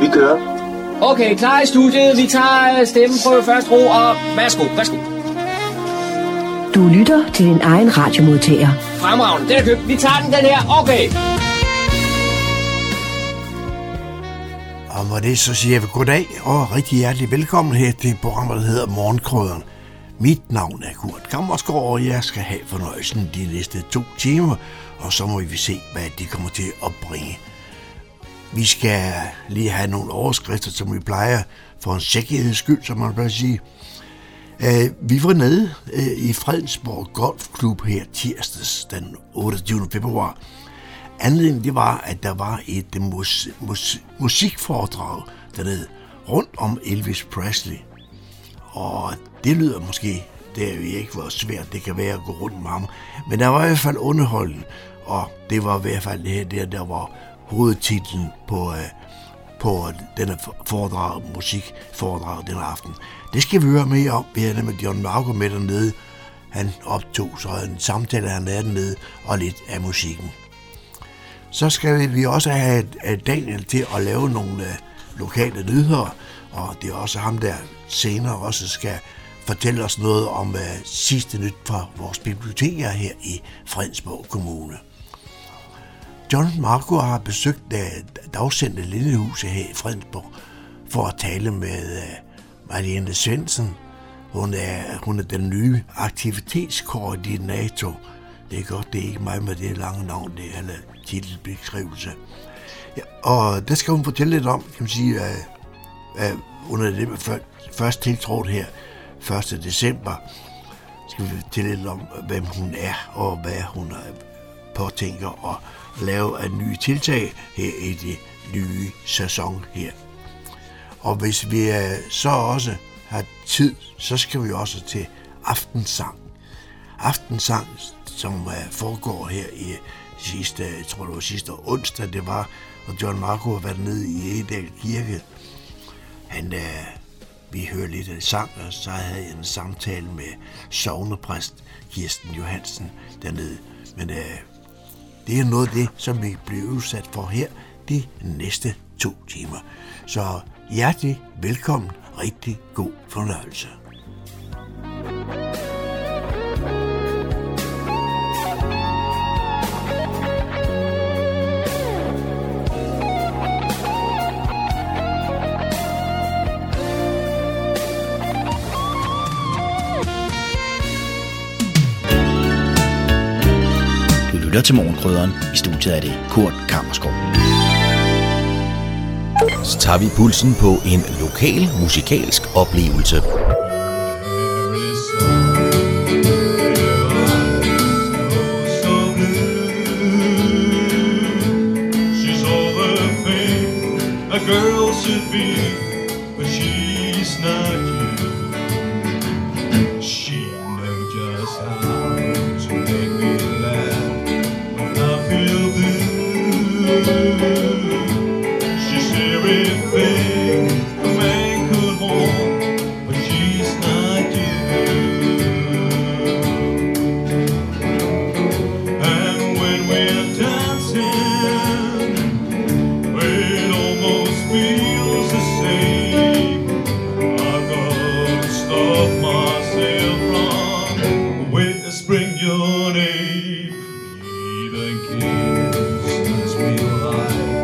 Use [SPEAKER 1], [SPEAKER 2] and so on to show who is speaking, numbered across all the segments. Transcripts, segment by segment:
[SPEAKER 1] Vi kører.
[SPEAKER 2] Okay, klar i studiet. Vi tager stemmeprøve først, ro, og værsgo.
[SPEAKER 3] Du lytter til din egen radiomodtager.
[SPEAKER 2] Fremragende, den er købt. Vi tager den her. Okay.
[SPEAKER 4] Og med det så siger vi goddag og rigtig hjertelig velkommen her til programmet, der hedder Morgenkrydderen. Mit navn er Kurt Kammersgaard, og jeg skal have fornøjelsen de næste 2 timer, og så må vi se, hvad de kommer til at bringe. Vi skal lige have nogle overskrifter, som vi plejer, for en sikkerheds skyld, som man plejer at sige. Vi var nede i Fredensborg Golfklub her tirsdags den 28. februar. Anledningen det var, at der var et musikforedrag dernede rundt om Elvis Presley. Og det lyder måske, det er jo ikke, hvor svært det kan være at gå rundt med ham. Men der var i hvert fald underholdende, og det var i hvert fald det her, der var hovedtitlen på denne musikforedrag denne aften. Det skal vi høre mere om. Vi havde nemlig John Marco med dernede. Han optog så en samtale, han havde dernede, og lidt af musikken. Så skal vi også have Daniel til at lave nogle lokale nyheder, og det er også ham, der senere også skal fortælle os noget om sidste nyt fra vores biblioteker her i Fredensborg Kommune. John Marco har besøgt dagsendte Lindehuset her i Fredensborg for at tale med Marlene Svendsen. Hun er den nye aktivitetskoordinator. Det er godt, det er ikke mig med det lange navn, det er titelbeskrivelse. Ja, og der skal hun fortælle lidt om, kan man sige, under det først tiltrådt her 1. december, skal vi fortælle lidt om, hvem hun er, og hvad hun påtænker at lave af nye tiltag her i det nye sæson her. Og hvis vi så også har tid, så skal vi også til aftensang. Aftensang, som foregår her i sidste onsdag, det var, og John Marco har været nede i Egedal Kirke. Vi hører lidt af sang, og så havde jeg en samtale med sognepræst Kirsten Johansen dernede. Men det er noget af det, som vi bliver udsat for her de næste 2 timer. Så hjertelig velkommen, rigtig god fornøjelse.
[SPEAKER 5] Til Morgenkrydderen. I studiet er det Kurt Kammersgaard. Så tager vi pulsen på en lokal musikalsk oplevelse.
[SPEAKER 6] Your name, even kiss as we lie.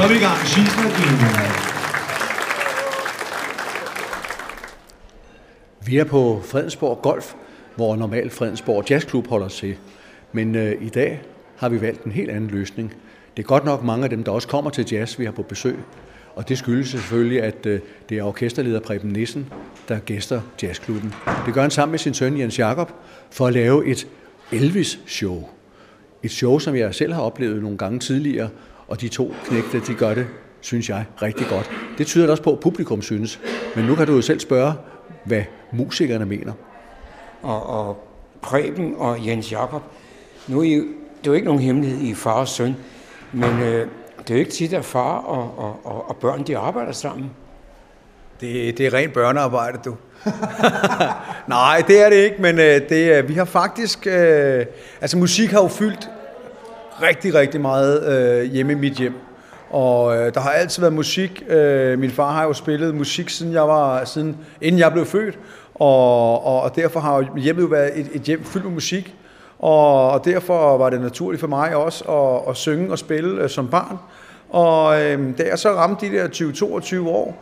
[SPEAKER 1] er vi i gang. She's my dream.
[SPEAKER 6] Vi er på Fredensborg Golf, hvor normalt Fredensborg Jazzklub holder til. Men i dag har vi valgt en helt anden løsning. Det er godt nok mange af dem, der også kommer til jazz, vi har på besøg. Og det skyldes selvfølgelig, at det er orkesterleder Preben Nissen, der gæster jazzklubben. Det gør han sammen med sin søn Jens Jakob for at lave et Elvis-show. Et show, som jeg selv har oplevet nogle gange tidligere, og de to knægte, de gør det, synes jeg, rigtig godt. Det tyder det også på, at publikum synes. Men nu kan du jo selv spørge, hvad musikerne mener.
[SPEAKER 7] Og Preben og Jens Jakob, nu er I, det er jo ikke nogen hemmelighed, I er far og søn, men det er jo ikke tit, at far og børn, de arbejder sammen.
[SPEAKER 8] Det er rent børnearbejde, du. Nej, det er det ikke, men vi har faktisk... altså musik har jo fyldt rigtig, rigtig meget hjemme i mit hjem. Og der har altid været musik. Min far har jo spillet musik, inden jeg blev født. Og derfor har hjemmet jo været et hjem fyldt med musik. Og derfor var det naturligt for mig også at synge og spille som barn. Og da jeg så ramte de der 20-22 år,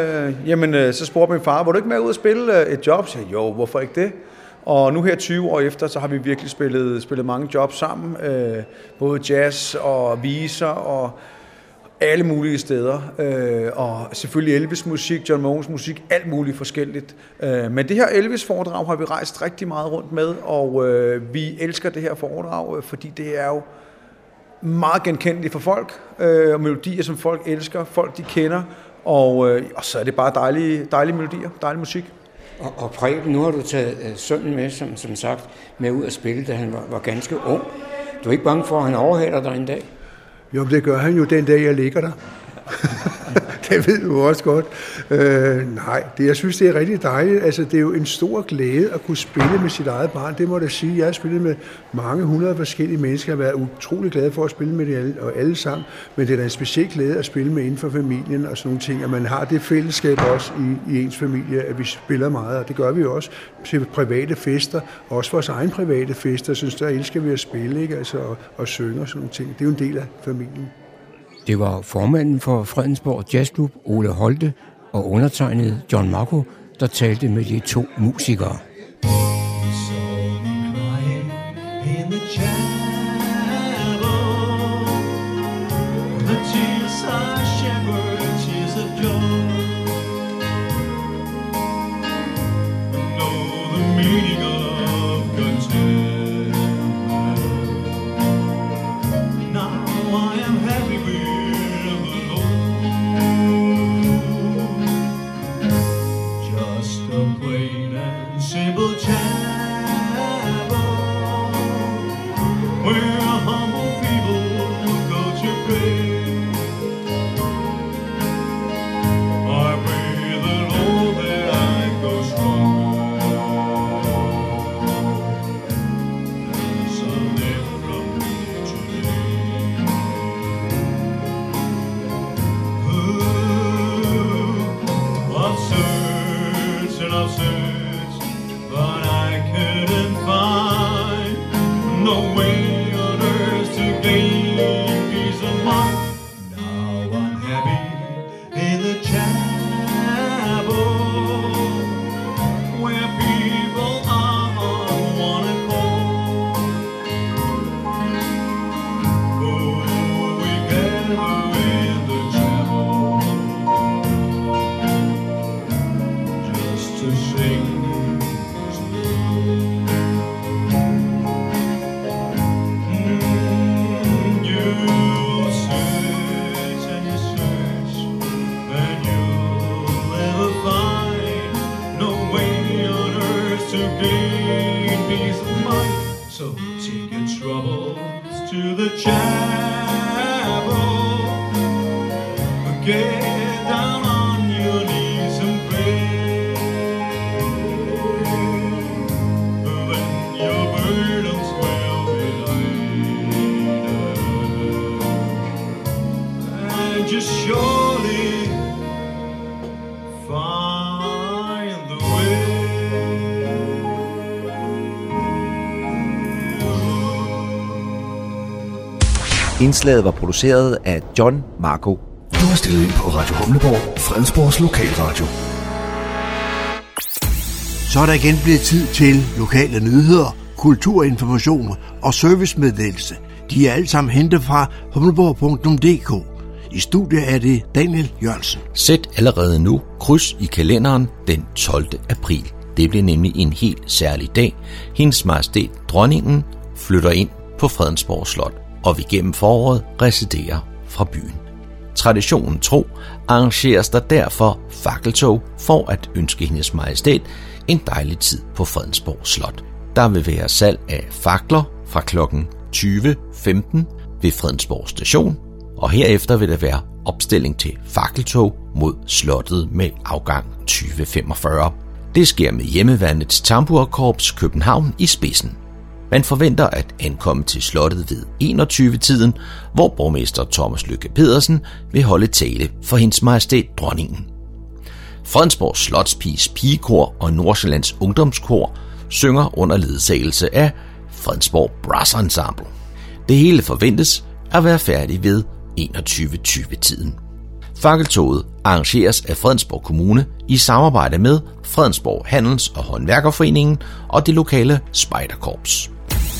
[SPEAKER 8] så spurgte min far, var du ikke med ud at spille et job? Så jeg, jo, hvorfor ikke det? Og nu her 20 år efter, så har vi virkelig spillet mange jobs sammen. Både jazz og viser og alle mulige steder. Og selvfølgelig Elvis-musik, John Mogens musik, alt muligt forskelligt. Men det her Elvis-foredrag har vi rejst rigtig meget rundt med, og vi elsker det her foredrag, fordi det er jo meget genkendeligt for folk, og melodier, som folk elsker, folk de kender, og så er det bare dejlige melodier, dejlig musik.
[SPEAKER 7] Og Preben, nu har du taget sønnen med, som sagt, med ud at spille, da han var ganske ung. Du er ikke bange for, at han overhaler dig en dag?
[SPEAKER 9] Jo, det gør han jo den dag, jeg ligger der. Det ved du også godt. Nej, jeg synes, det er rigtig dejligt. Altså, det er jo en stor glæde at kunne spille med sit eget barn. Det må jeg sige. Jeg har spillet med mange hundrede forskellige mennesker. Jeg har været utrolig glad for at spille med de alle sammen. Men det er da en speciel glæde at spille med inden for familien og sådan nogle ting. At man har det fællesskab også i ens familie, at vi spiller meget. Og det gør vi jo også til private fester. Også vores egen private fester. Jeg synes, der elsker vi at spille, ikke? Altså, og synge og sådan nogle ting. Det er jo en del af familien.
[SPEAKER 7] Det var formanden for Fredensborg Jazzklub, Ole Holte, og undertegnede John Marco, der talte med de to musikere.
[SPEAKER 5] Indslaget var produceret af John Marco
[SPEAKER 10] Du har stillet ind på Radio Humleborg, Fredensborgs lokalradio.
[SPEAKER 4] Så er der igen blevet tid til lokale nyheder, kulturinformationer og servicemeddelelse. De er alle sammen hentet fra humleborg.dk. I studiet er det Daniel Jørgensen.
[SPEAKER 5] Sæt allerede nu kryds i kalenderen den 12. april. Det bliver nemlig en helt særlig dag. Hendes Majestæt Dronningen flytter ind på Fredensborg Slot, og vi gennem foråret residerer fra byen. Traditionen tro arrangeres der derfor fakkeltog for at ønske Hendes Majestæt en dejlig tid på Fredensborg Slot. Der vil være salg af fakler fra kl. 20.15 ved Fredensborg Station, og herefter vil der være opstilling til fakkeltog mod slottet med afgang 20.45. Det sker med hjemmeværnets Tamburkorps København i spidsen. Man forventer at ankomme til slottet ved 21-tiden, hvor borgmester Thomas Lykke Pedersen vil holde tale for Hendes Majestæt Dronningen. Fredensborg Slotspiges Pigekor og Nordsjællands Ungdomskor synger under ledsagelse af Fredensborg Brass Ensemble. Det hele forventes at være færdigt ved 21:20-tiden. Fakkeltoget arrangeres af Fredensborg Kommune i samarbejde med Fredensborg Handels- og Håndværkerforeningen og det lokale spejderkorps.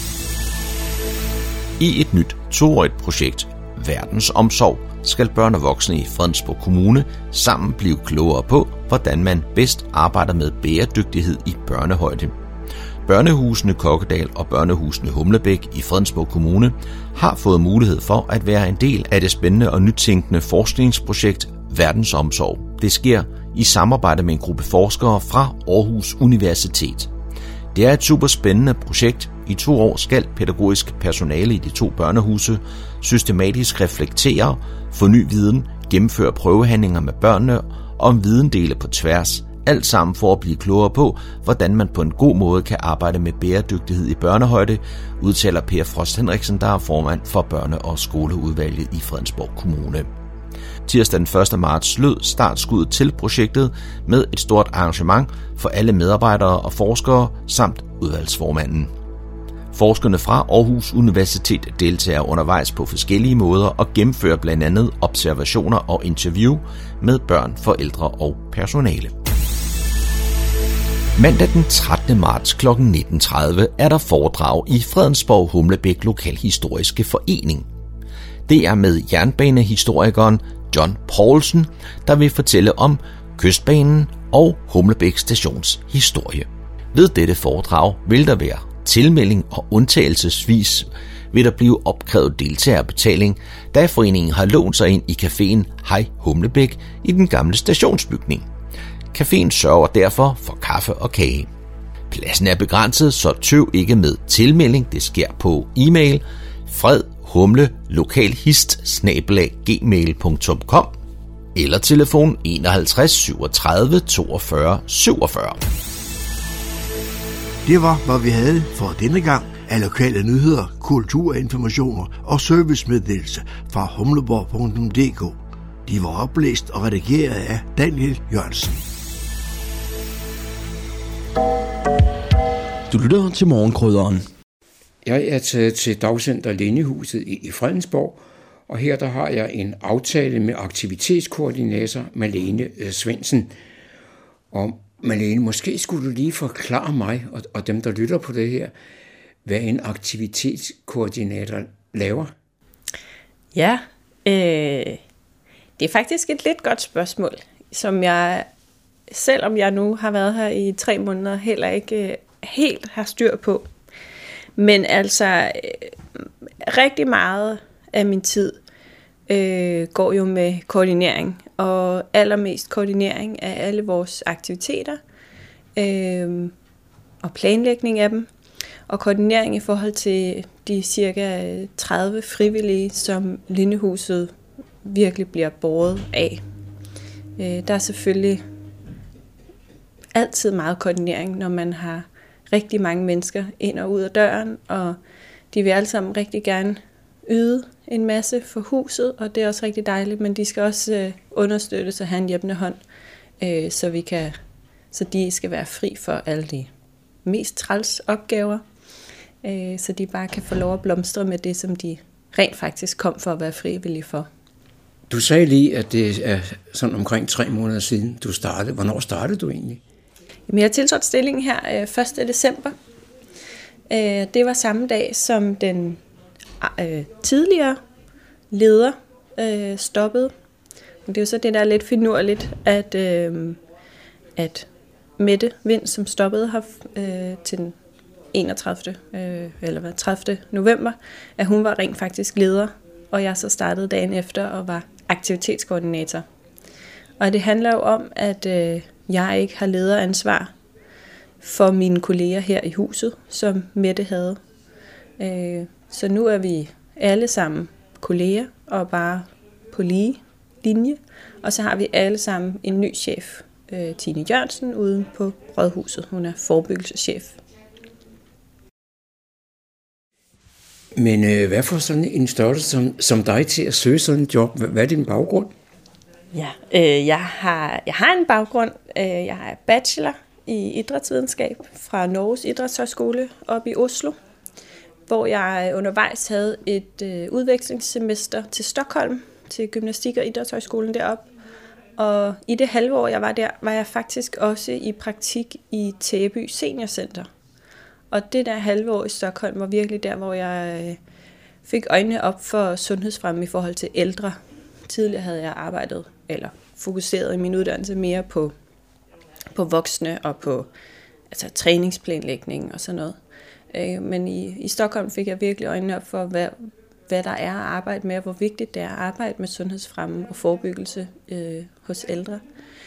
[SPEAKER 5] I et nyt 2-årigt projekt, Verdensomsorg, skal børn og voksne i Fredensborg Kommune sammen blive klogere på, hvordan man bedst arbejder med bæredygtighed i børnehøjde. Børnehusene Kokkedal og børnehusene Humlebæk i Fredensborg Kommune har fået mulighed for at være en del af det spændende og nytænkende forskningsprojekt Verdensomsorg. Det sker i samarbejde med en gruppe forskere fra Aarhus Universitet. Det er et super spændende projekt. I 2 år skal pædagogisk personale i de 2 børnehuse systematisk reflektere, forny viden, gennemføre prøvehandlinger med børnene og videndele på tværs. Alt sammen for at blive klogere på, hvordan man på en god måde kan arbejde med bæredygtighed i børnehøjde, udtaler Per Frost Henriksen, der er formand for børne- og skoleudvalget i Fredensborg Kommune. Tirsdag den 1. marts lød startskuddet til projektet med et stort arrangement for alle medarbejdere og forskere samt udvalgsformanden. Forskerne fra Aarhus Universitet deltager undervejs på forskellige måder og gennemfører blandt andet observationer og interview med børn, forældre og personale. Mandag den 13. marts kl. 19.30 er der foredrag i Fredensborg Humlebæk Lokalhistoriske Forening. Det er med jernbanehistorikeren John Poulsen, der vil fortælle om Kystbanen og Humlebæk Stations historie. Ved dette foredrag vil der være tilmelding, og undtagelsesvis vil der blive opkrævet deltagerbetaling, da foreningen har lånt sig ind i caféen Hej Humlebæk i den gamle stationsbygning. Caféen sørger derfor for kaffe og kage. Pladsen er begrænset, så tøv ikke med tilmelding. Det sker på e-mail fredhumlelokalhist@gmail.com eller telefon 51 37 42 47.
[SPEAKER 4] Det var, hvad vi havde for denne gang af lokale nyheder, kulturinformationer og servicemeddelelse fra humleborg.dk. De var oplæst og redigeret af Daniel Jørgensen.
[SPEAKER 11] Du lytter til Morgenkrydderen.
[SPEAKER 7] Jeg er taget til Dagcenter Lindehuset i Fredensborg, og her der har jeg en aftale med aktivitetskoordinator Malene Svendsen. Og Malene, måske skulle du lige forklare mig og dem, der lytter på det her, hvad en aktivitetskoordinator laver?
[SPEAKER 12] Ja, det er faktisk et lidt godt spørgsmål, som jeg, selvom jeg nu har været her i 3 måneder, heller ikke helt har styr på. Men altså, rigtig meget af min tid går jo med koordinering, og allermest koordinering af alle vores aktiviteter, og planlægning af dem, og koordinering i forhold til de cirka 30 frivillige, som Lindehuset virkelig bliver båret af. Der er selvfølgelig altid meget koordinering, når man har rigtig mange mennesker ind og ud af døren, og de vil alle sammen rigtig gerne yde en masse for huset, og det er også rigtig dejligt, men de skal også understøttes og have en hjælpende hånd, så de skal være fri for alle de mest træls opgaver, så de bare kan få lov at blomstre med det, som de rent faktisk kom for at være frivillige for.
[SPEAKER 7] Du sagde lige, at det er sådan omkring 3 måneder siden, du startede. Hvornår startede du egentlig?
[SPEAKER 12] Jeg har tiltrådt stillingen her 1. december. Det var samme dag, som den tidligere leder stoppede. Det er jo så det, der er lidt finurligt, at Mette Vind, som stoppede her til den 30. november, at hun var rent faktisk leder, og jeg så startede dagen efter og var aktivitetskoordinator. Og det handler jo om, at jeg ikke har lederansvar for mine kolleger her i huset, som Mette havde. Så nu er vi alle sammen kolleger og bare på lige linje. Og så har vi alle sammen en ny chef, Tine Jørgensen, ude på Rådhuset. Hun er forebyggelseschef.
[SPEAKER 7] Men hvad får sådan en størrelse som dig til at søge sådan en job? Hvad er din baggrund?
[SPEAKER 12] Ja, jeg har en baggrund. Jeg er bachelor i idrætsvidenskab fra Norges Idrætshøjskole op i Oslo, hvor jeg undervejs havde et udvekslingssemester til Stockholm, til Gymnastik- og Idrætshøjskolen deroppe. Og i det halve år, jeg var der, var jeg faktisk også i praktik i Tæby Seniorcenter. Og det der halve år i Stockholm var virkelig der, hvor jeg fik øjnene op for sundhedsfremme i forhold til ældre. Tidligere havde jeg arbejdet, eller fokuseret i min uddannelse mere på voksne og på træningsplanlægning og sådan noget. Men i Stockholm fik jeg virkelig øjnene op for, hvad der er at arbejde med, og hvor vigtigt det er at arbejde med sundhedsfremme og forebyggelse hos ældre.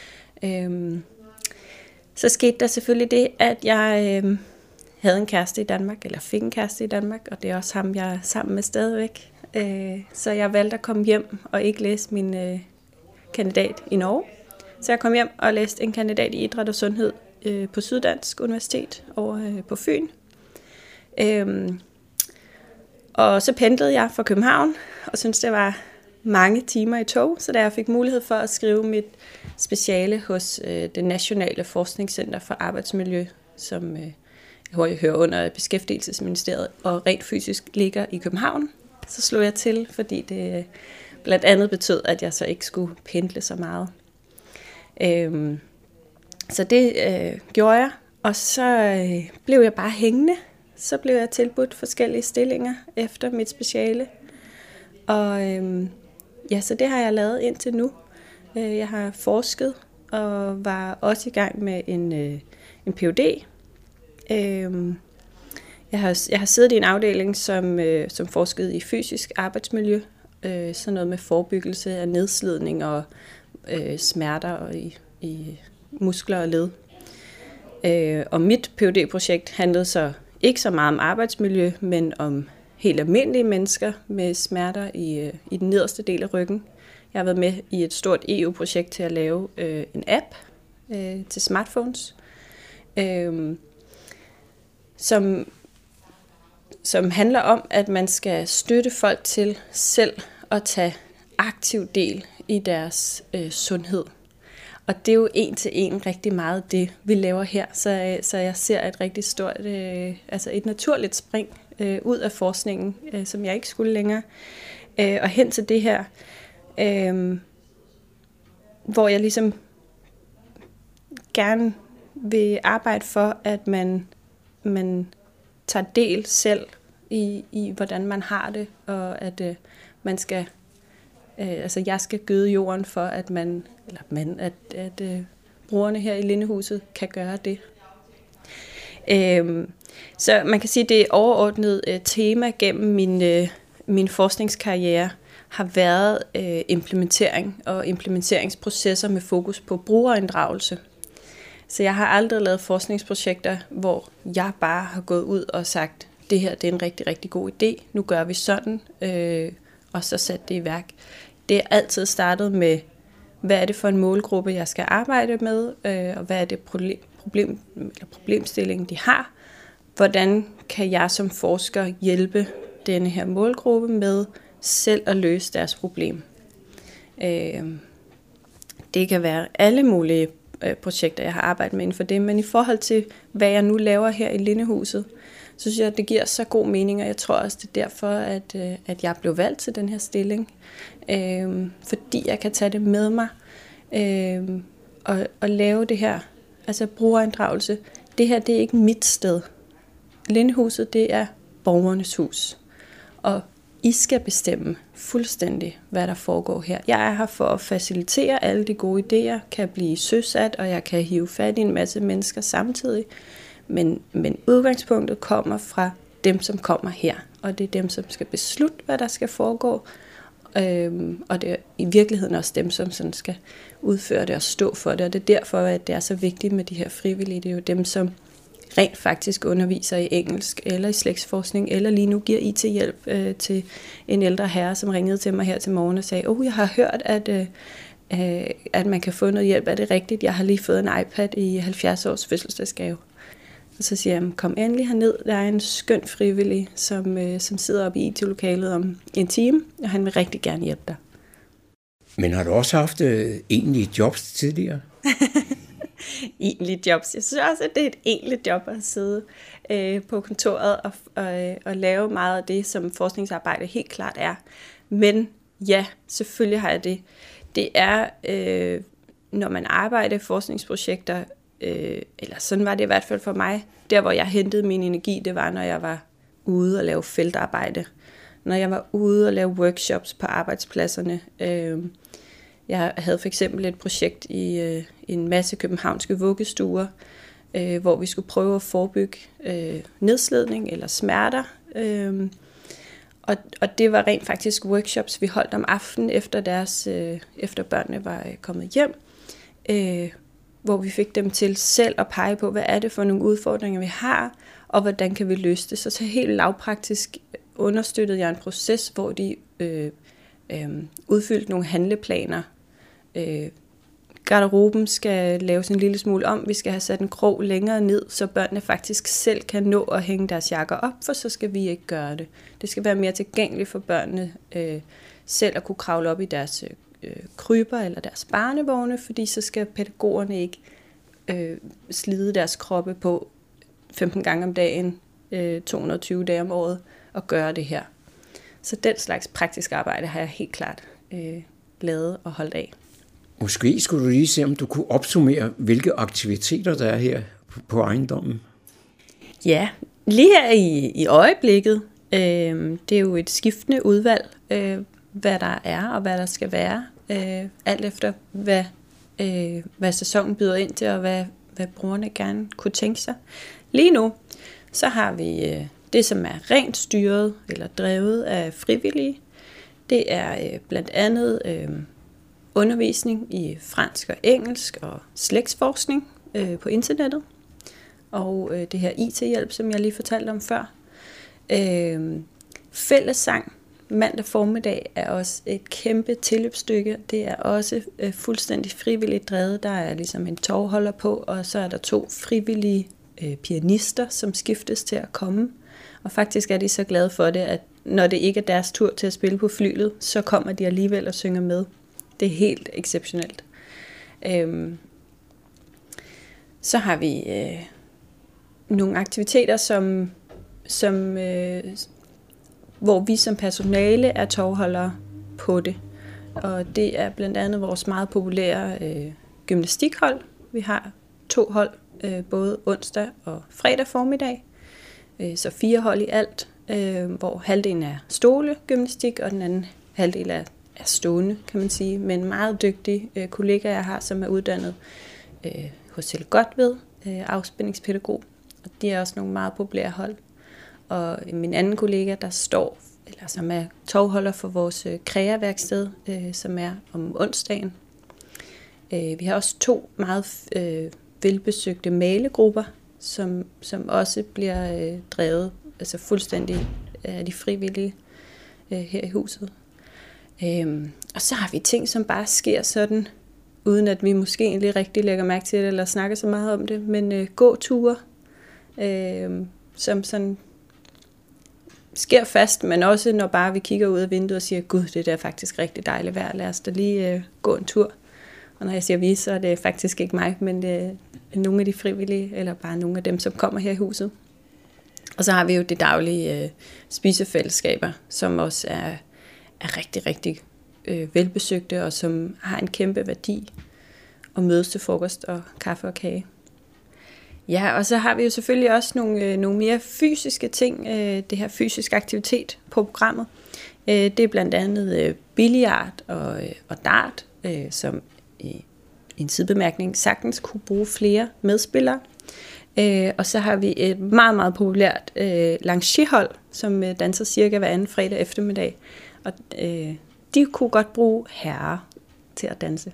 [SPEAKER 12] Så skete der selvfølgelig det, at jeg havde en kæreste i Danmark, eller fik en kæreste i Danmark, og det er også ham, jeg er sammen med stadigvæk. Så jeg valgte at komme hjem og ikke læse min kandidat i Norge. Så jeg kom hjem og læste en kandidat i idræt og sundhed på Syddansk Universitet over på Fyn. Og så pendlede jeg fra København, og syntes, det var mange timer i tog, så da jeg fik mulighed for at skrive mit speciale hos det Nationale Forskningscenter for Arbejdsmiljø, som hører under Beskæftigelsesministeriet og rent fysisk ligger i København, så slog jeg til, fordi det blandt andet betød, at jeg så ikke skulle pendle så meget. Så det gjorde jeg, og så blev jeg bare hængende. Så blev jeg tilbudt forskellige stillinger efter mit speciale. Og så det har jeg lavet indtil nu. Jeg har forsket og var også i gang med en Ph.D. Jeg har siddet i en afdeling, som forskede i fysisk arbejdsmiljø. Sådan noget med forebyggelse af nedslidning og smerter og i muskler og led. Og mit Ph.D.-projekt handlede så ikke så meget om arbejdsmiljø, men om helt almindelige mennesker med smerter i den nederste del af ryggen. Jeg har været med i et stort EU-projekt til at lave en app til smartphones, som handler om, at man skal støtte folk til selv at tage aktiv del i deres sundhed. Og det er jo en til en rigtig meget det, vi laver her. Så jeg ser et rigtig stort, et naturligt spring ud af forskningen, som jeg ikke skulle længere, og hen til det her, hvor jeg ligesom gerne vil arbejde for, at man tager del selv i hvordan man har det, og at man skal, jeg skal gøde jorden for, at at brugerne her i Lindehuset kan gøre det. Så man kan sige, at det overordnede tema gennem min forskningskarriere har været implementering og implementeringsprocesser med fokus på brugerinddragelse. Så jeg har aldrig lavet forskningsprojekter, hvor jeg bare har gået ud og sagt, det her det er en rigtig, rigtig god idé, nu gør vi sådan, og så sat det i værk. Det er altid startet med, hvad er det for en målgruppe, jeg skal arbejde med, og hvad er det problemstillingen, de har. Hvordan kan jeg som forsker hjælpe denne her målgruppe med selv at løse deres problem. Det kan være alle mulige projekter, jeg har arbejdet med inden for det, men i forhold til, hvad jeg nu laver her i Lindehuset, så synes jeg, at det giver så god mening, og jeg tror også, det er derfor, at jeg blev valgt til den her stilling. Fordi jeg kan tage det med mig og lave det her, altså brugerinddragelse. Det her, det er ikke mit sted. Lindehuset, det er borgernes hus. Og I skal bestemme fuldstændig, hvad der foregår her. Jeg er her for at facilitere alle de gode idéer, kan blive søsat, og jeg kan hive fat i en masse mennesker samtidig. Men udgangspunktet kommer fra dem, som kommer her. Og det er dem, som skal beslutte, hvad der skal foregå. Og det er i virkeligheden også dem, som sådan skal udføre det og stå for det. Og det er derfor, at det er så vigtigt med de her frivillige. Det er jo dem, som rent faktisk underviser i engelsk eller i slægtsforskning, eller lige nu giver IT-hjælp til en ældre herre, som ringede til mig her til morgen og sagde, jeg har hørt, at man kan få noget hjælp. Er det rigtigt? Jeg har lige fået en iPad i 70 års fødselsdagsgave. Og så siger jeg, kom endelig herned. Der er en skøn frivillig, som sidder oppe i IT-lokalet om en time, og han vil rigtig gerne hjælpe dig.
[SPEAKER 7] Men har du også haft egentlige jobs tidligere?
[SPEAKER 12] Egentlige jobs. Jeg synes også, at det er et egentligt job at sidde på kontoret og lave meget af det, som forskningsarbejde helt klart er. Men ja, selvfølgelig har jeg det. Det er, når man arbejder i forskningsprojekter, eller sådan var det i hvert fald for mig, der hvor jeg hentede min energi, det var, når jeg var ude og lave feltarbejde. Når jeg var ude og lave workshops på arbejdspladserne. Jeg havde for eksempel et projekt i en masse københavnske vuggestuer, hvor vi skulle prøve at forebygge nedslidning eller smerter. Og det var rent faktisk workshops, vi holdt om aftenen efter børnene var kommet hjem, hvor vi fik dem til selv at pege på, hvad er det for nogle udfordringer, vi har, og hvordan kan vi løse det. Så helt lavpraktisk understøttede jeg en proces, hvor de udfyldte nogle handleplaner. Garderoben skal laves en lille smule om. Vi skal have sat en krog længere ned, så børnene faktisk selv kan nå at hænge deres jakker op, for så skal vi ikke gøre det. Det skal være mere tilgængeligt for børnene selv at kunne kravle op i deres kryber eller deres barnevogne, fordi så skal pædagogerne ikke slide deres kroppe på 15 gange om dagen, 220 dage om året, og gøre det her. Så den slags praktisk arbejde har jeg helt klart lavet og holdt af.
[SPEAKER 7] Måske skulle du lige se, om du kunne opsummere, hvilke aktiviteter der er her på ejendommen.
[SPEAKER 12] Ja, lige her i øjeblikket, det er jo et skiftende udvalg, hvad der er og hvad der skal være, alt efter hvad sæsonen byder ind til, og hvad brugerne gerne kunne tænke sig. Lige nu, så har vi det, som er rent styret eller drevet af frivillige. Det er blandt andet undervisning i fransk og engelsk og slægtsforskning på internettet. Og det her IT-hjælp, som jeg lige fortalte om før. Fællessang mandag formiddag er også et kæmpe tilløbsstykke. Det er også fuldstændig frivilligt drevet. Der er ligesom en tovholder på, og så er der 2 frivillige pianister, som skiftes til at komme. Og faktisk er de så glade for det, at når det ikke er deres tur til at spille på flylet, så kommer de alligevel og synger med. Det er helt exceptionelt. Så har vi nogle aktiviteter, hvor vi som personale er tovholdere på det. Og det er blandt andet vores meget populære gymnastikhold. Vi har 2 hold, både onsdag og fredag formiddag. Så 4 hold i alt, hvor halvdelen er stolegymnastik, og den anden halvdel er stående, kan man sige. Men en meget dygtig kollega, jeg har, som er uddannet hos Helle Godtved, afspændingspædagog. Og de er også nogle meget populære hold. Og min anden kollega, som er tovholder for vores kreaværksted, som er om onsdagen. Vi har også 2 meget velbesøgte malegrupper, som også bliver drevet altså fuldstændig af de frivillige her i huset. Og så har vi ting, som bare sker sådan, uden at vi måske egentlig rigtig lægger mærke til det, eller snakker så meget om det, men gåture, som sådan sker fast, men også når bare vi kigger ud af vinduet og siger, gud, det er faktisk rigtig dejligt vejr, lad os da lige gå en tur. Og når jeg siger vi, så er det faktisk ikke mig, men nogle af de frivillige, eller bare nogle af dem, som kommer her i huset. Og så har vi jo det daglige spisefællesskaber, som også er rigtig, rigtig velbesøgte, og som har en kæmpe værdi, og mødes til frokost og kaffe og kage. Ja, og så har vi jo selvfølgelig også nogle mere fysiske ting, det her fysisk aktivitet på programmet. Det er blandt andet billard og dart, som i en sidebemærkning sagtens kunne bruge flere medspillere. Og så har vi et meget, meget populært lancierhold, som danser cirka hver anden fredag eftermiddag. Og de kunne godt bruge herrer til at danse.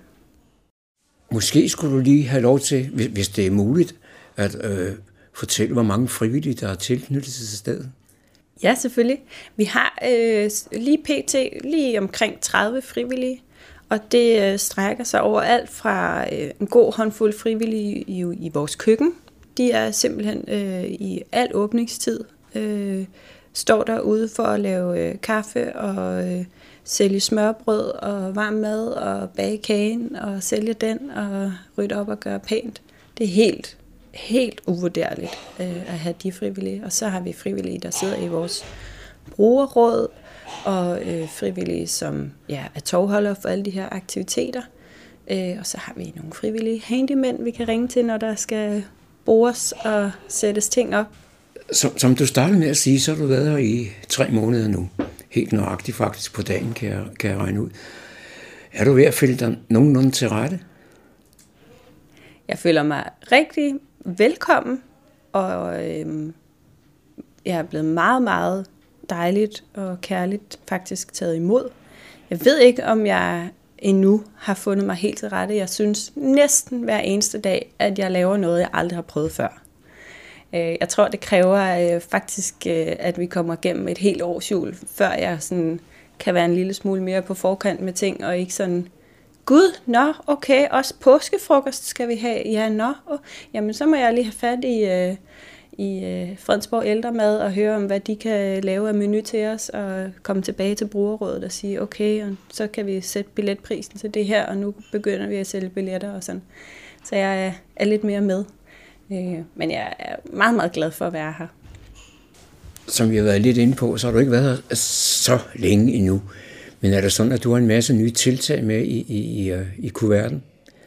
[SPEAKER 7] Måske skulle du lige have lov til, hvis det er muligt, at fortælle, hvor mange frivillige, der er tilknyttet til stedet.
[SPEAKER 12] Ja, selvfølgelig. Vi har lige pt. Lige omkring 30 frivillige, og det strækker sig over alt fra en god håndfuld frivillige i vores køkken. De er simpelthen i al åbningstid, står derude for at lave kaffe og sælge smørbrød og varm mad og bage kagen og sælge den og rydde op og gøre pænt. Det er helt uvurderligt at have de frivillige. Og så har vi frivillige, der sidder i vores brugerråd, og frivillige, som er tovholdere for alle de her aktiviteter. Og så har vi nogle frivillige handymænd, vi kan ringe til, når der skal bores og sættes ting op.
[SPEAKER 7] Som du startede med at sige, så har du været her i 3 måneder nu. Helt nøjagtigt faktisk på dagen, kan jeg regne ud. Er du ved at føle dig nogenlunde til rette?
[SPEAKER 12] Jeg føler mig rigtig velkommen, og jeg er blevet meget, meget dejligt og kærligt faktisk taget imod. Jeg ved ikke, om jeg endnu har fundet mig helt til rette. Jeg synes næsten hver eneste dag, at jeg laver noget, jeg aldrig har prøvet før. Jeg tror, det kræver faktisk, at vi kommer igennem et helt års jul, før jeg sådan kan være en lille smule mere på forkant med ting, og ikke sådan, gud, nå, okay, også påskefrokost skal vi have. Ja, nå, jamen så må jeg lige have fat i Fredensborg Ældremad og høre om, hvad de kan lave af menu til os, og komme tilbage til brugerrådet og sige, okay, og så kan vi sætte billetprisen til det her, og nu begynder vi at sælge billetter og sådan. Så jeg er lidt mere med. Men jeg er meget, meget glad for at være her.
[SPEAKER 7] Som vi har været lidt inde på, så har du ikke været her så længe endnu. Men er det sådan, at du har en masse nye tiltag med i kuverten?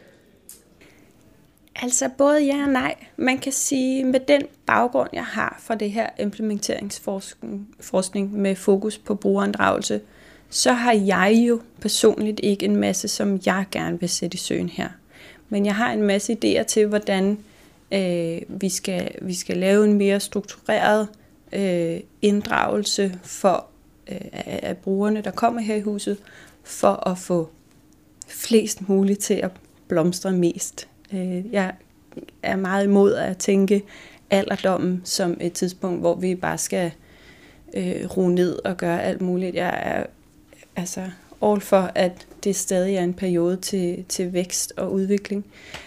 [SPEAKER 12] Altså både ja og nej. Man kan sige, med den baggrund, jeg har for det her implementeringsforskning med fokus på brugerinddragelse, så har jeg jo personligt ikke en masse, som jeg gerne vil sætte i søen her. Men jeg har en masse idéer til, hvordan vi skal lave en mere struktureret inddragelse af brugerne, der kommer her i huset, for at få flest muligt til at blomstre mest. Jeg er meget imod at tænke alderdommen som et tidspunkt, hvor vi bare skal roe ned og gøre alt muligt. Jeg er altså all for, at det stadig er en periode til vækst og udvikling.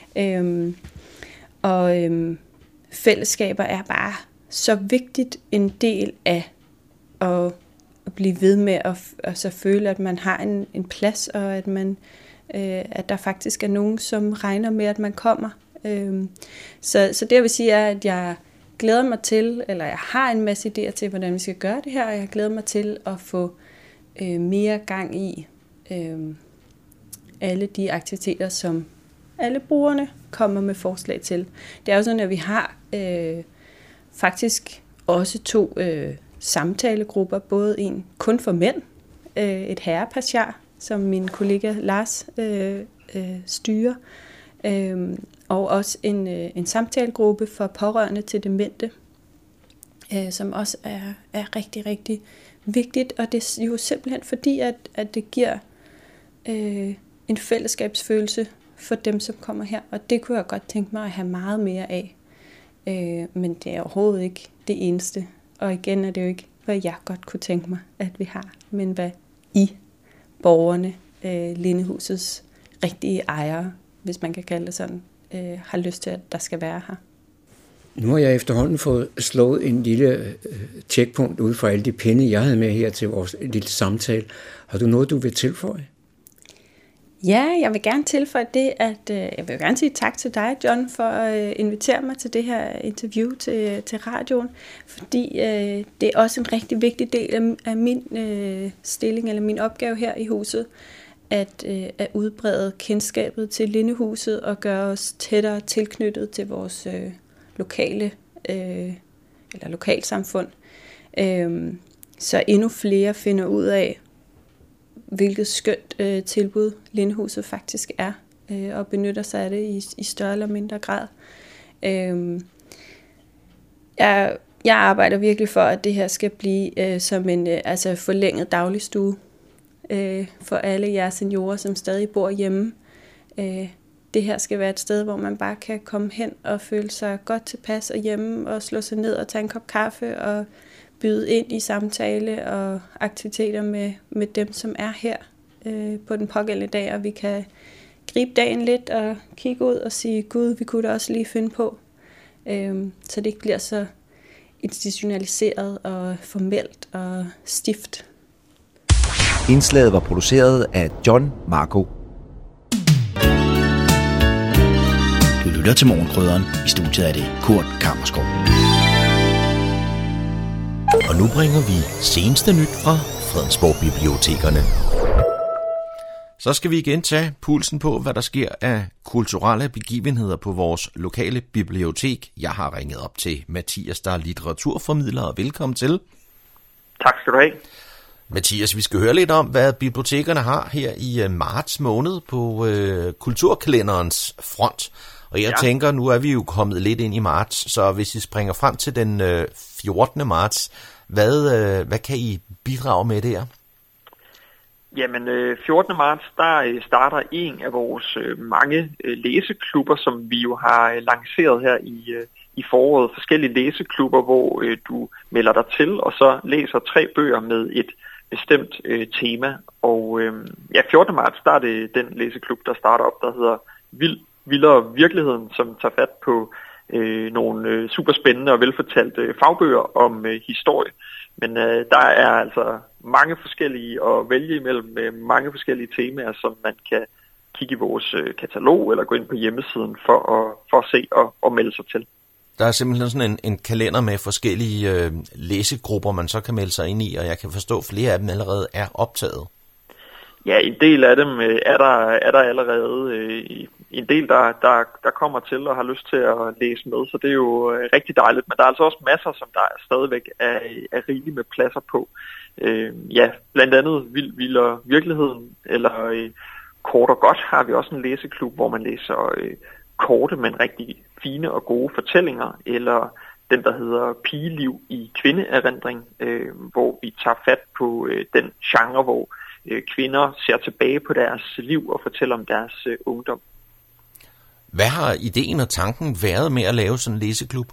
[SPEAKER 12] Fællesskaber er bare så vigtigt en del af at blive ved med at så føle, at man har en plads, og at der faktisk er nogen, som regner med, at man kommer. Så det jeg vil sige er, at jeg glæder mig til, eller jeg har en masse idéer til, hvordan vi skal gøre det her, og jeg glæder mig til at få mere gang i alle de aktiviteter, som alle brugerne kommer med forslag til. Det er jo sådan, at vi har faktisk også 2 samtalegrupper, både en kun for mænd, et herrepassjar, som min kollega Lars styrer, og også en samtalegruppe for pårørende til demente, som også er rigtig, rigtig vigtigt, og det er jo simpelthen fordi, at det giver en fællesskabsfølelse for dem, som kommer her, og det kunne jeg godt tænke mig at have meget mere af, men det er overhovedet ikke det eneste, og igen er det jo ikke, hvad jeg godt kunne tænke mig, at vi har, men hvad I, borgerne, Lindehusets rigtige ejere, hvis man kan kalde det sådan, har lyst til, at der skal være her.
[SPEAKER 7] Nu har jeg efterhånden fået slået en lille checkpunkt ud fra alle de pinde, jeg havde med her til vores lille samtale. Har du noget, du vil tilføje?
[SPEAKER 12] Ja, jeg vil gerne tilføje det, at jeg vil gerne sige tak til dig, John, for at invitere mig til det her interview til radioen, fordi det er også en rigtig vigtig del af min stilling, eller min opgave her i huset, at udbrede kendskabet til Lindehuset og gøre os tættere tilknyttet til vores lokalsamfund, så endnu flere finder ud af, hvilket skønt tilbud Lindehuset faktisk er, og benytter sig af det i større eller mindre grad. Jeg arbejder virkelig for, at det her skal blive som en forlænget dagligstue for alle jer seniorer, som stadig bor hjemme. Det her skal være et sted, hvor man bare kan komme hen og føle sig godt tilpas og hjemme og slå sig ned og tage en kop kaffe og byde ind i samtale og aktiviteter med dem, som er her på den pågældende dag, og vi kan gribe dagen lidt og kigge ud og sige, Gud, vi kunne da også lige finde på, så det ikke bliver så institutionaliseret og formelt og stift.
[SPEAKER 5] Indslaget var produceret af John Marco.
[SPEAKER 11] Du lytter til Morgenkrydderen. I studiet er det Kurt Kammerskov.
[SPEAKER 5] Og nu bringer vi seneste nyt fra Fredensborg Bibliotekerne. Så skal vi igen tage pulsen på, hvad der sker af kulturelle begivenheder på vores lokale bibliotek. Jeg har ringet op til Mathias, der er litteraturformidler, og velkommen til.
[SPEAKER 13] Tak skal du have.
[SPEAKER 5] Mathias, vi skal høre lidt om, hvad bibliotekerne har her i marts måned på kulturkalenderens front. Og jeg tænker, nu er vi jo kommet lidt ind i marts, så hvis I springer frem til den 14. marts, hvad kan I bidrage med der?
[SPEAKER 13] Jamen, 14. marts, der starter en af vores mange læseklubber, som vi jo har lanceret her i foråret. Forskellige læseklubber, hvor du melder dig til, og så læser 3 bøger med et bestemt tema. Og 14. marts, der er det den læseklub, der starter op, der hedder Vildere Virkeligheden, som tager fat på nogle super spændende og velfortalte fagbøger om historie. Men der er altså mange forskellige at vælge imellem med mange forskellige temaer, som man kan kigge i vores katalog eller gå ind på hjemmesiden for at se og melde sig til.
[SPEAKER 5] Der er simpelthen sådan en kalender med forskellige læsegrupper, man så kan melde sig ind i, og jeg kan forstå, at flere af dem allerede er optaget.
[SPEAKER 13] Ja, en del af dem er der allerede. En del, der kommer til og har lyst til at læse med, så det er jo rigtig dejligt. Men der er altså også masser, som der stadigvæk er rigeligt med pladser på. Blandt andet Vildere Virkeligheden, eller Kort og Godt har vi også en læseklub, hvor man læser korte, men rigtig fine og gode fortællinger, eller den, der hedder Pigeliv i kvindeerindring, hvor vi tager fat på den genre, hvor kvinder ser tilbage på deres liv og fortæller om deres ungdom.
[SPEAKER 5] Hvad har ideen og tanken været med at lave sådan en læseklub?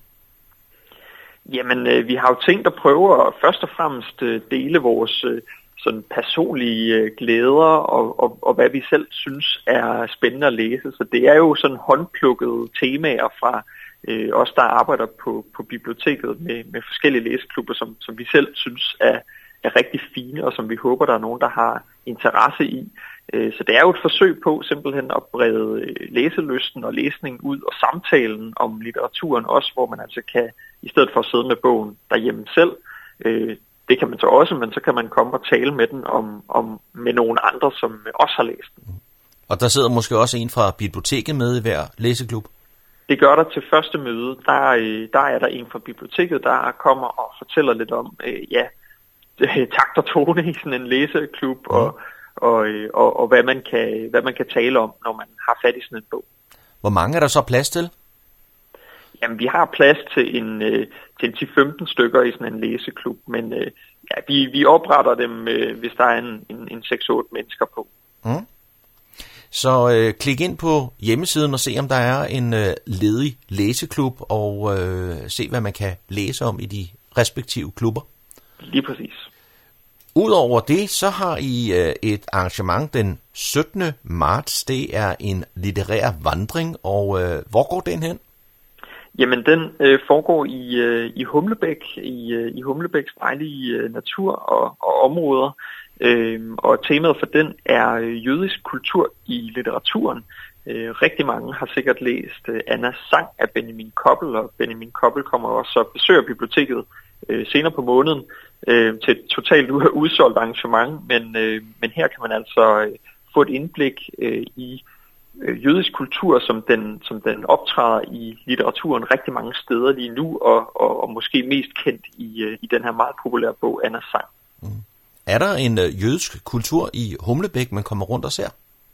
[SPEAKER 13] Jamen, vi har jo tænkt at prøve at først og fremmest dele vores sådan personlige glæder og hvad vi selv synes er spændende at læse. Så det er jo sådan håndplukkede temaer fra os, der arbejder på biblioteket med forskellige læseklubber, som vi selv synes er rigtig fine, og som vi håber, der er nogen, der har interesse i. Så det er jo et forsøg på simpelthen at brede læselysten og læsningen ud, og samtalen om litteraturen også, hvor man altså kan, i stedet for at sidde med bogen derhjemme selv, det kan man så også, men så kan man komme og tale med den om med nogle andre, som også har læst den.
[SPEAKER 5] Og der sidder måske også en fra biblioteket med i hver læseklub?
[SPEAKER 13] Det gør der til første møde. Der er der en fra biblioteket, der kommer og fortæller lidt om, takt og tone i sådan en læseklub, og hvad man kan tale om, når man har fat i sådan en bog.
[SPEAKER 5] Hvor mange er der så plads til?
[SPEAKER 13] Jamen, vi har plads til en 10-15 stykker i sådan en læseklub, men vi opretter dem, hvis der er en 6-8 mennesker på.
[SPEAKER 5] Mm. Så klik ind på hjemmesiden og se, om der er en ledig læseklub, og se, hvad man kan læse om i de respektive klubber.
[SPEAKER 13] Lige præcis.
[SPEAKER 5] Udover det, så har I et arrangement den 17. marts. Det er en litterær vandring, og hvor går den hen?
[SPEAKER 13] Jamen, den foregår i Humlebæk, i Humlebæks dejlige natur og områder. Og temaet for den er jødisk kultur i litteraturen. Rigtig mange har sikkert læst Annas sang af Benjamin Koppel, og Benjamin Koppel kommer også og besøger biblioteket senere på måneden til et totalt udsolgt arrangement, men her kan man altså få et indblik i jødisk kultur, som den optræder i litteraturen rigtig mange steder lige nu, og måske mest kendt i den her meget populære bog, Annas sang.
[SPEAKER 5] Mm. Er der en jødisk kultur i Humlebæk, man kommer rundt og ser?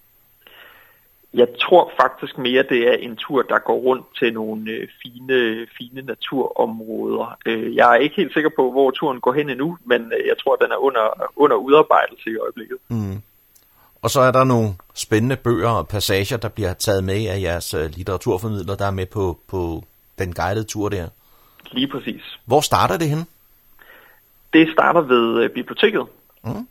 [SPEAKER 13] Jeg tror faktisk mere, det er en tur, der går rundt til nogle fine naturområder. Jeg er ikke helt sikker på, hvor turen går hen endnu, men jeg tror, den er under udarbejdelse i øjeblikket.
[SPEAKER 5] Mm. Og så er der nogle spændende bøger og passager, der bliver taget med af jeres litteraturformidler, der er med på den guidede tur der.
[SPEAKER 13] Lige præcis.
[SPEAKER 5] Hvor starter det henne?
[SPEAKER 13] Det starter ved biblioteket.
[SPEAKER 5] Mm.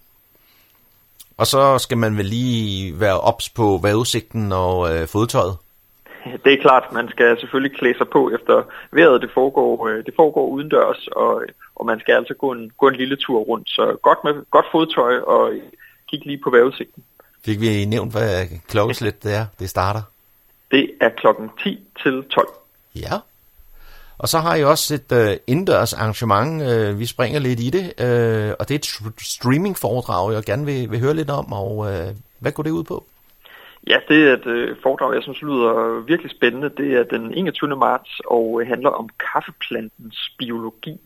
[SPEAKER 5] Og så skal man vel lige være ops på vejrudsigten og fodtøjet? Det
[SPEAKER 13] er klart, man skal selvfølgelig klæde sig på efter vejret. Det foregår udendørs, og man skal altså gå en lille tur rundt. Så godt fodtøj og kig lige på vejrudsigten.
[SPEAKER 5] Fik vi nævnt, hvad klokkeslæt det starter?
[SPEAKER 13] Det er klokken 10 til 12.
[SPEAKER 5] Ja. Og så har I også et indendørs arrangement. Vi springer lidt i det, og det er et streamingforedrag, jeg gerne vil høre lidt om, og hvad går det ud på?
[SPEAKER 13] Ja, det er et foredrag, jeg synes lyder virkelig spændende. Det er den 21. marts og handler om kaffeplantens biologi,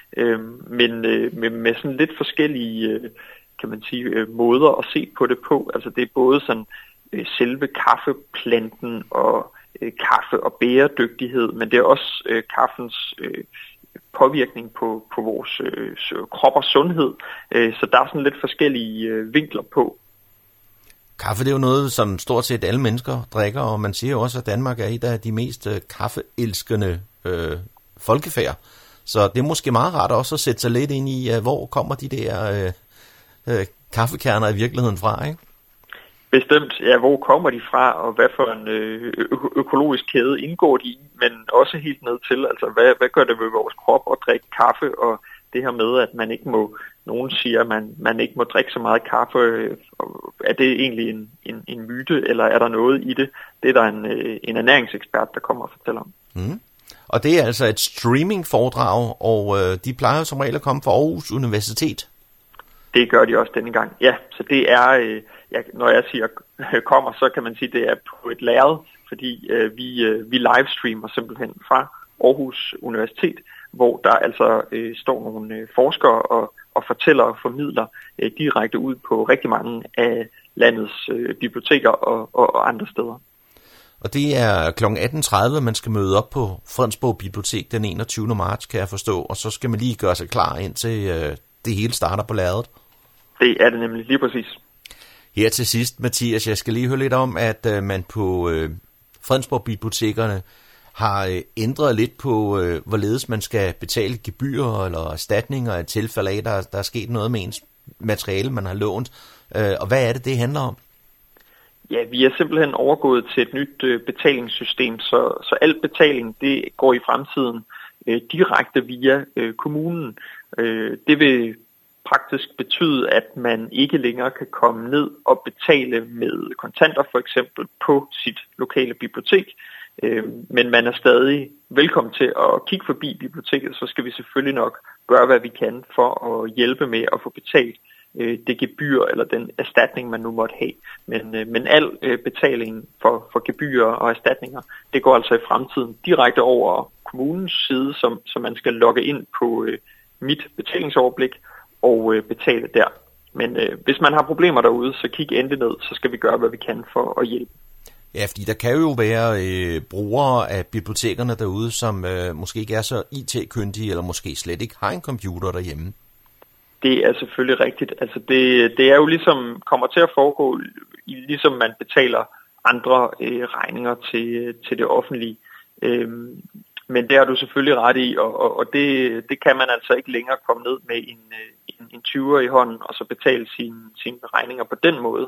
[SPEAKER 13] men med sådan lidt forskellige, kan man sige, måder at se på det på. Altså det er både sådan selve kaffeplanten og kaffe og bæredygtighed, men det er også kaffens påvirkning på vores krop og sundhed. Så der er sådan lidt forskellige vinkler på.
[SPEAKER 5] Kaffe, det er jo noget, som stort set alle mennesker drikker, og man siger jo også, at Danmark er et af de mest kaffeelskende folkefærd. Så det er måske meget rart også at sætte sig lidt ind i, hvor kommer de der kaffekerner i virkeligheden fra, ikke?
[SPEAKER 13] Bestemt, ja, hvor kommer de fra, og hvad for en økologisk kæde indgår de i, men også helt ned til, altså hvad gør det ved vores krop at drikke kaffe, og det her med, at man ikke må, nogen siger, at man ikke må drikke så meget kaffe, er det egentlig en myte, eller er der noget i det? Det er der en ernæringsekspert, der kommer og fortæller om.
[SPEAKER 5] Mm. Og det er altså et streamingforedrag, og de plejer som regel at komme fra Aarhus Universitet.
[SPEAKER 13] Det gør de også denne gang, ja. Så det er, når jeg siger kommer, så kan man sige, det er på et lærred, fordi vi livestreamer simpelthen fra Aarhus Universitet, hvor der altså står nogle forskere og fortæller og formidler direkte ud på rigtig mange af landets biblioteker og andre steder.
[SPEAKER 5] Og det er kl. 18.30, man skal møde op på Fredensborg Bibliotek den 21. marts, kan jeg forstå, og så skal man lige gøre sig klar indtil det hele starter på lærredet.
[SPEAKER 13] Det er det nemlig, lige præcis.
[SPEAKER 5] Her til sidst, Mathias, jeg skal lige høre lidt om, at man på Fredensborg Bibliotekerne har ændret lidt på, hvorledes man skal betale gebyrer eller erstatninger i tilfælde af, der er sket noget med ens materiale, man har lånt. Og hvad er det handler om?
[SPEAKER 13] Ja, vi er simpelthen overgået til et nyt betalingssystem, så al betaling det går i fremtiden direkte via kommunen. Det vil praktisk betyde, at man ikke længere kan komme ned og betale med kontanter for eksempel på sit lokale bibliotek, men man er stadig velkommen til at kigge forbi biblioteket, så skal vi selvfølgelig nok gøre, hvad vi kan for at hjælpe med at få betalt det gebyr eller den erstatning, man nu måtte have. Men al betaling for gebyrer og erstatninger, det går altså i fremtiden direkte over kommunens side, så man skal logge ind på mit betalingsoverblik og betale der. Men hvis man har problemer derude, så kig endelig ned, så skal vi gøre, hvad vi kan for at hjælpe.
[SPEAKER 5] Ja, fordi der kan jo være brugere af bibliotekerne derude, som måske ikke er så IT-kyndige, eller måske slet ikke har en computer derhjemme.
[SPEAKER 13] Det er selvfølgelig rigtigt. Altså det er jo ligesom, kommer til at foregå, ligesom man betaler andre regninger til det offentlige. Men det har du selvfølgelig ret i, og det kan man altså ikke længere komme ned med en 20'er i hånden, og så betale sine regninger på den måde.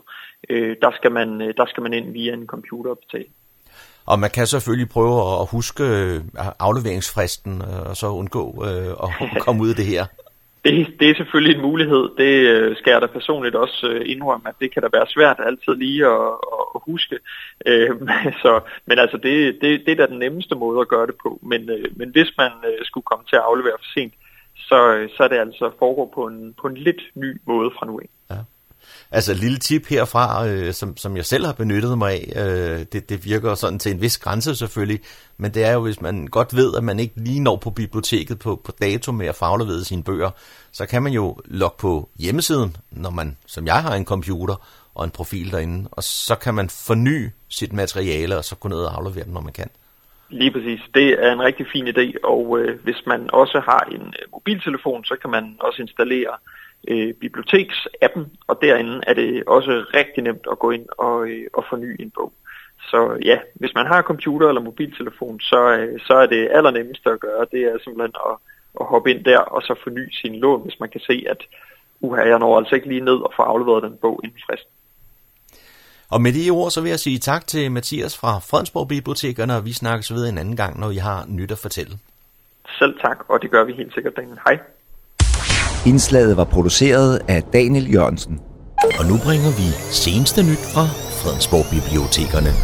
[SPEAKER 13] Der skal man ind via en computer og betale.
[SPEAKER 5] Og man kan selvfølgelig prøve at huske afleveringsfristen, og så undgå at komme ud af det her.
[SPEAKER 13] Det er selvfølgelig en mulighed. Det skal jeg da personligt også indrømme, at det kan da være svært altid lige at huske. Men altså, det er da den nemmeste måde at gøre det på. Men hvis man skulle komme til at aflevere for sent, så er det altså foregår på en lidt ny måde fra nu af. Ja.
[SPEAKER 5] Altså et lille tip herfra, som jeg selv har benyttet mig af, det virker sådan til en vis grænse selvfølgelig, men det er jo, hvis man godt ved, at man ikke lige når på biblioteket på dato med at få afleveret sine bøger, så kan man jo logge på hjemmesiden, når man, som jeg har, en computer og en profil derinde, og så kan man forny sit materiale, og så gå ned og aflevere den, når man kan.
[SPEAKER 13] Lige præcis. Det er en rigtig fin idé, og hvis man også har en mobiltelefon, så kan man også installere biblioteksappen, og derinde er det også rigtig nemt at gå ind og forny en bog. Så ja, hvis man har computer eller mobiltelefon, så er det allernemmeste at gøre. Det er simpelthen at hoppe ind der og så forny sin lån, hvis man kan se, at jeg når altså ikke lige ned og få afleveret den bog inden fristen.
[SPEAKER 5] Og med de ord, så vil jeg sige tak til Mathias fra Fredensborg Bibliotekerne, og vi snakkes ved en anden gang, når I har nyt at fortælle.
[SPEAKER 13] Selv tak, og det gør vi helt sikkert, Daniel. Hej.
[SPEAKER 14] Indslaget var produceret af Daniel Jørgensen.
[SPEAKER 5] Og nu bringer vi seneste nyt fra Fredensborg Bibliotekerne.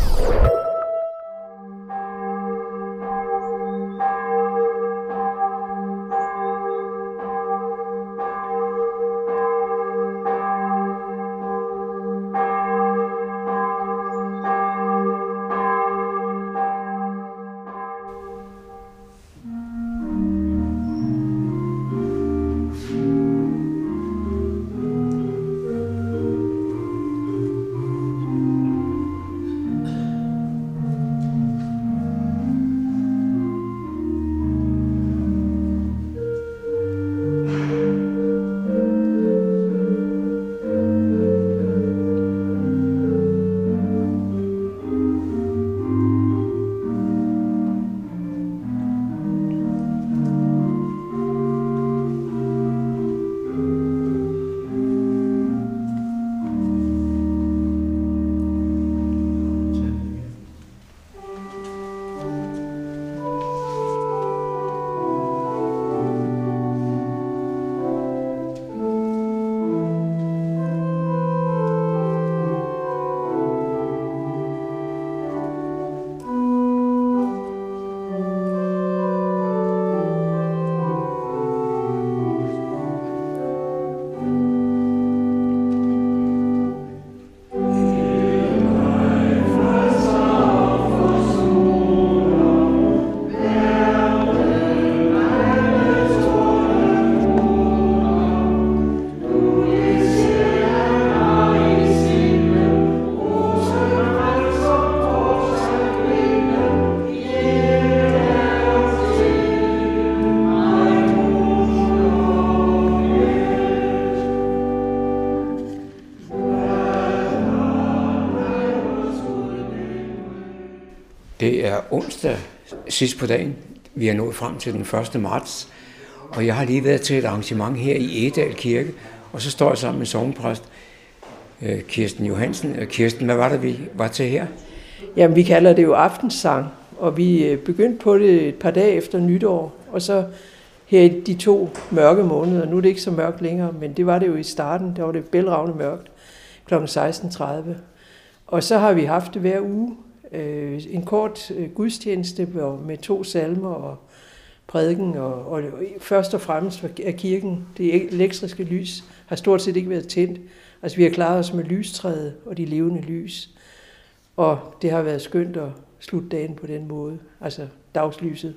[SPEAKER 7] Det er onsdag sidst på dagen. Vi er nået frem til den 1. marts, og jeg har lige været til et arrangement her i Egedal Kirke, og så står jeg sammen med sognepræst Kirsten Johansen. Kirsten, hvad var det, vi var til her?
[SPEAKER 15] Jamen, vi kalder det jo aftensang, og vi begyndte på det et par dage efter nytår, og så her i de 2 mørke måneder, nu er det ikke så mørkt længere, men det var det jo i starten, der var det bælragende mørkt, kl. 16.30. Og så har vi haft det hver uge, en kort gudstjeneste med 2 salmer og prædiken, og først og fremmest af kirken, det elektriske lys, har stort set ikke været tændt. Altså vi har klaret os med lystræet og de levende lys, og det har været skønt at slutte dagen på den måde, altså dagslyset.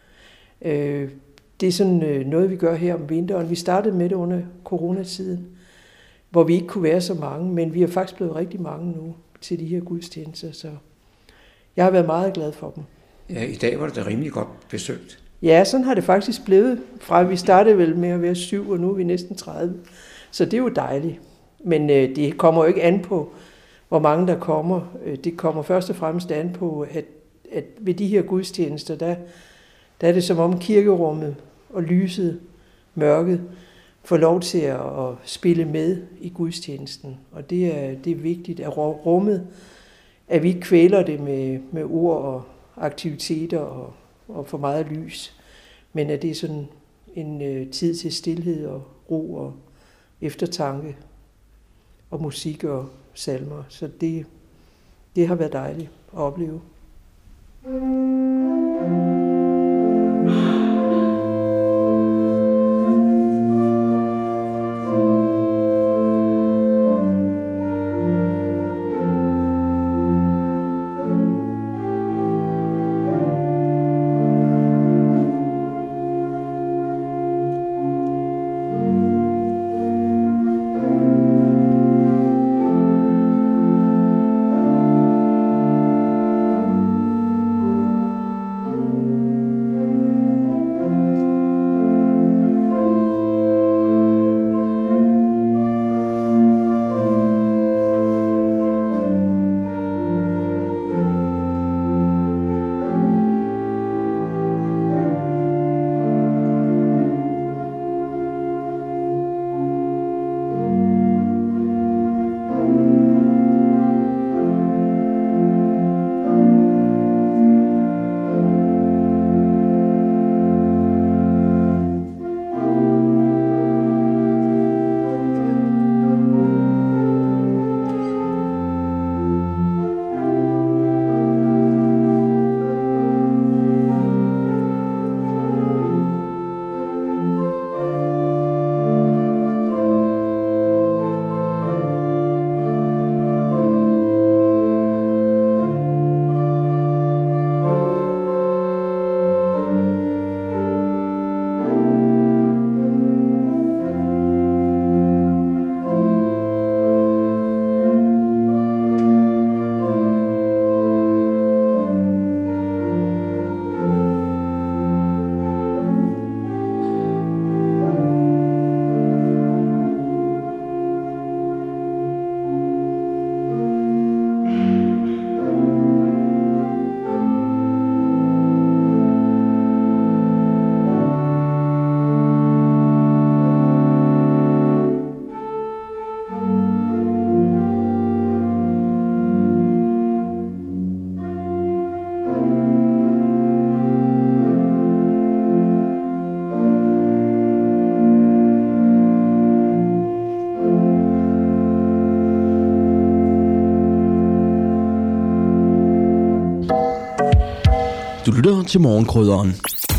[SPEAKER 15] Det er sådan noget, vi gør her om vinteren. Vi startede med det under coronatiden, hvor vi ikke kunne være så mange, men vi er faktisk blevet rigtig mange nu til de her gudstjenester, så jeg har været meget glad for dem.
[SPEAKER 7] Ja, i dag var det rimelig godt besøgt.
[SPEAKER 15] Ja, sådan har det faktisk blevet. Fra vi startede vel med at være 7, og nu er vi næsten 30. Så det er jo dejligt. Men det kommer jo ikke an på, hvor mange der kommer. Det kommer først og fremmest an på, at ved de her gudstjenester, der er det som om kirkerummet og lyset, mørket, får lov til at spille med i gudstjenesten. Og det er vigtigt, at rummet, at vi ikke kvæler det med ord og aktiviteter og for meget lys, men at det er sådan en tid til stilhed og ro og eftertanke og musik og salmer. Så det har været dejligt at opleve.
[SPEAKER 11] Du lytter til Morgenkrydderen.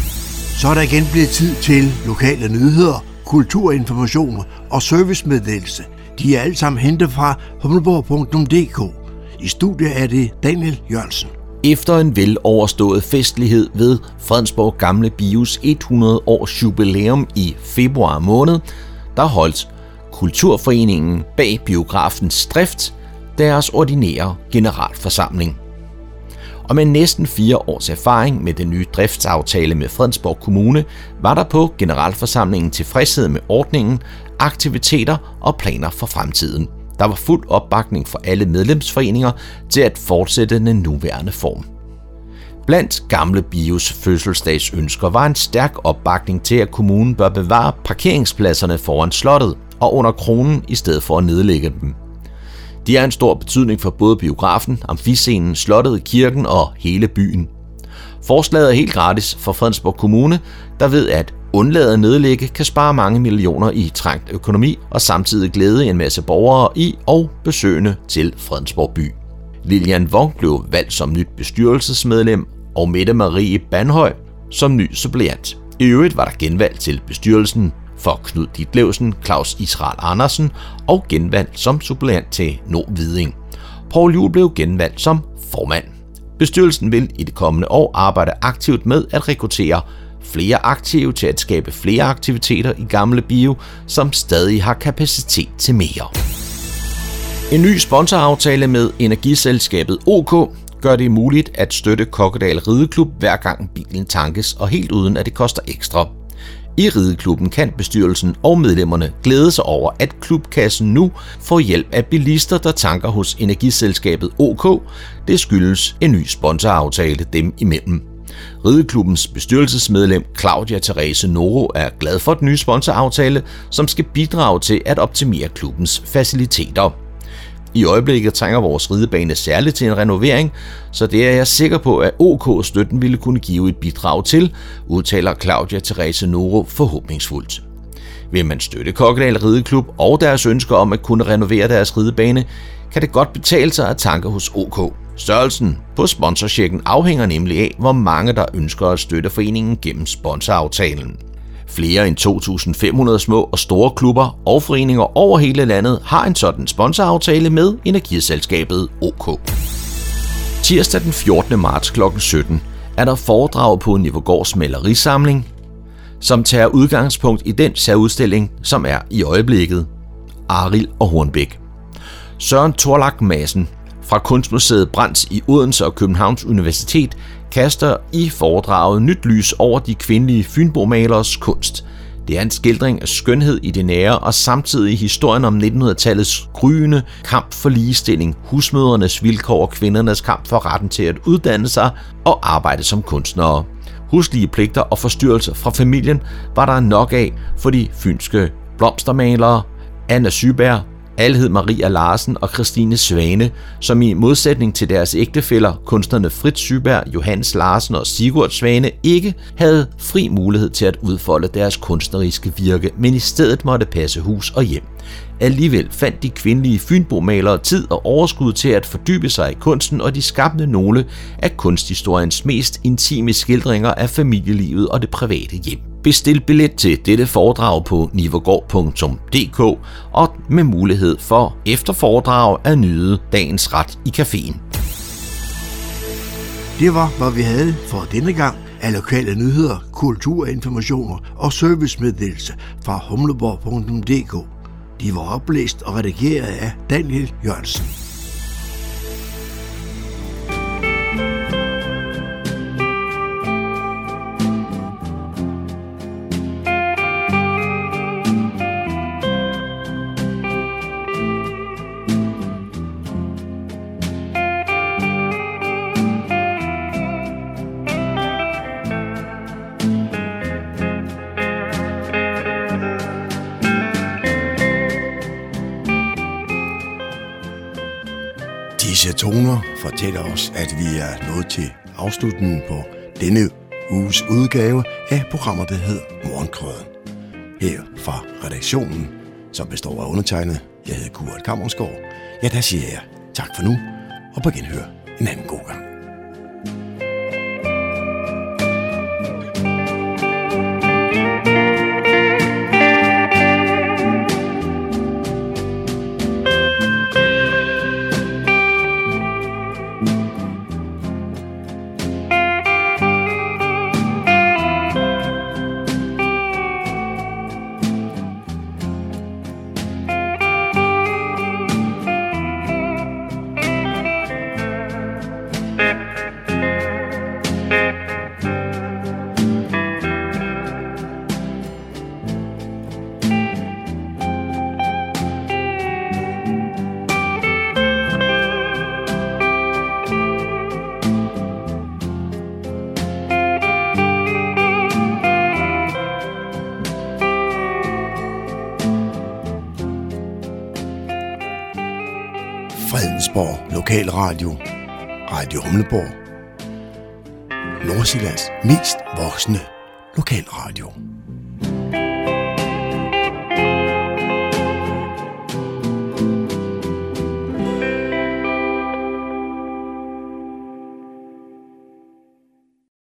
[SPEAKER 4] Så er der igen blevet tid til lokale nyheder, kulturinformationer og servicemeddelelse. De er alle sammen hentet fra humleborg.dk. I studiet er det Daniel Jørgensen.
[SPEAKER 5] Efter en veloverstået festlighed ved Fredensborg Gamle Bios 100 års jubilæum i februar måned, der holdt Kulturforeningen bag biografens drift deres ordinære generalforsamling. Og med næsten 4 års erfaring med den nye driftsaftale med Fredensborg Kommune, var der på generalforsamlingen tilfredshed med ordningen, aktiviteter og planer for fremtiden. Der var fuld opbakning for alle medlemsforeninger til at fortsætte den nuværende form. Blandt Gamle Bios fødselsdagsønsker var en stærk opbakning til, at kommunen bør bevare parkeringspladserne foran slottet og under kronen i stedet for at nedlægge dem. De har en stor betydning for både biografen, amfiscenen, slottet, kirken og hele byen. Forslaget er helt gratis for Fredensborg Kommune, der ved at undlade at nedlægge kan spare mange millioner i trængt økonomi og samtidig glæde en masse borgere i og besøgende til Fredensborg by. Lilian Wong blev valgt som nyt bestyrelsesmedlem og Mette Marie Bandhøj som ny suppleant. I øvrigt var der genvalg til bestyrelsen for Knud Ditlevsen, Claus Israel Andersen og genvalgt som suppleant til No Hviding. Poul Juhl blev genvalgt som formand. Bestyrelsen vil i det kommende år arbejde aktivt med at rekruttere flere aktive til at skabe flere aktiviteter i Gamle Bio, som stadig har kapacitet til mere. En ny sponsoraftale med energiselskabet OK gør det muligt at støtte Kokkedal Rideklub hver gang bilen tankes og helt uden at det koster ekstra. I rideklubben kan bestyrelsen og medlemmerne glæde sig over, at klubkassen nu får hjælp af bilister, der tanker hos energiselskabet OK. Det skyldes en ny sponsoraftale dem imellem. Rideklubbens bestyrelsesmedlem Claudia Therese Noro er glad for den nye sponsoraftale, som skal bidrage til at optimere klubbens faciliteter. I øjeblikket trænger vores ridebane særligt til en renovering, så det er jeg sikker på, at OK-støtten ville kunne give et bidrag til, udtaler Claudia Therese Noro forhåbningsfuldt. Vil man støtte Kokkedal Rideklub og deres ønsker om at kunne renovere deres ridebane, kan det godt betale sig at tanke hos OK. Størrelsen på sponsorchecken afhænger nemlig af, hvor mange der ønsker at støtte foreningen gennem sponsoraftalen. Flere end 2.500 små og store klubber og foreninger over hele landet har en sådan sponsoraftale med energiselskabet OK. Tirsdag den 14. marts kl. 17 er der foredrag på Nivogårds malerisamling, som tager udgangspunkt i den særudstilling, som er i øjeblikket. Arild og Hornbæk. Søren Thorlak Madsen fra Kunstmuseet Brands i Odense og Københavns Universitet kaster i foredraget nyt lys over de kvindelige fynbomaleres kunst. Det er en skildring af skønhed i det nære og samtidig historien om 1900-tallets gryende kamp for ligestilling, husmødrenes vilkår og kvindernes kamp for retten til at uddanne sig og arbejde som kunstnere. Huslige pligter og forstyrrelser fra familien var der nok af for de fynske blomstermalere Anna Syberg, Alhed Maria Larsen og Christine Svane, som i modsætning til deres ægtefæller, kunstnerne Fritz Syberg, Johannes Larsen og Sigurd Svane, ikke havde fri mulighed til at udfolde deres kunstneriske virke, men i stedet måtte passe hus og hjem. Alligevel fandt de kvindelige fynbomalere tid og overskud til at fordybe sig i kunsten, og de skabte nogle af kunsthistoriens mest intime skildringer af familielivet og det private hjem. Bestil billet til dette foredrag på nivogård.dk og med mulighed for efter foredrag at nyde dagens ret i caféen.
[SPEAKER 4] Det var, hvad vi havde for denne gang af lokale nyheder, kulturinformationer og servicemeddelelse fra humleborg.dk. De var oplæst og redigeret af Daniel Jørgensen. Disse toner fortæller os, at vi er nået til afslutningen på denne uges udgave af programmet, der hedder Morgenkrøden. Her fra redaktionen, som består af undertegnet, jeg hedder Kurt Kammersgaard. Ja, der siger jeg tak for nu, og på genhør en anden god gang. Fredensborg Lokalradio, Radio Humleborg, Nordsjællands mest voksne lokalradio.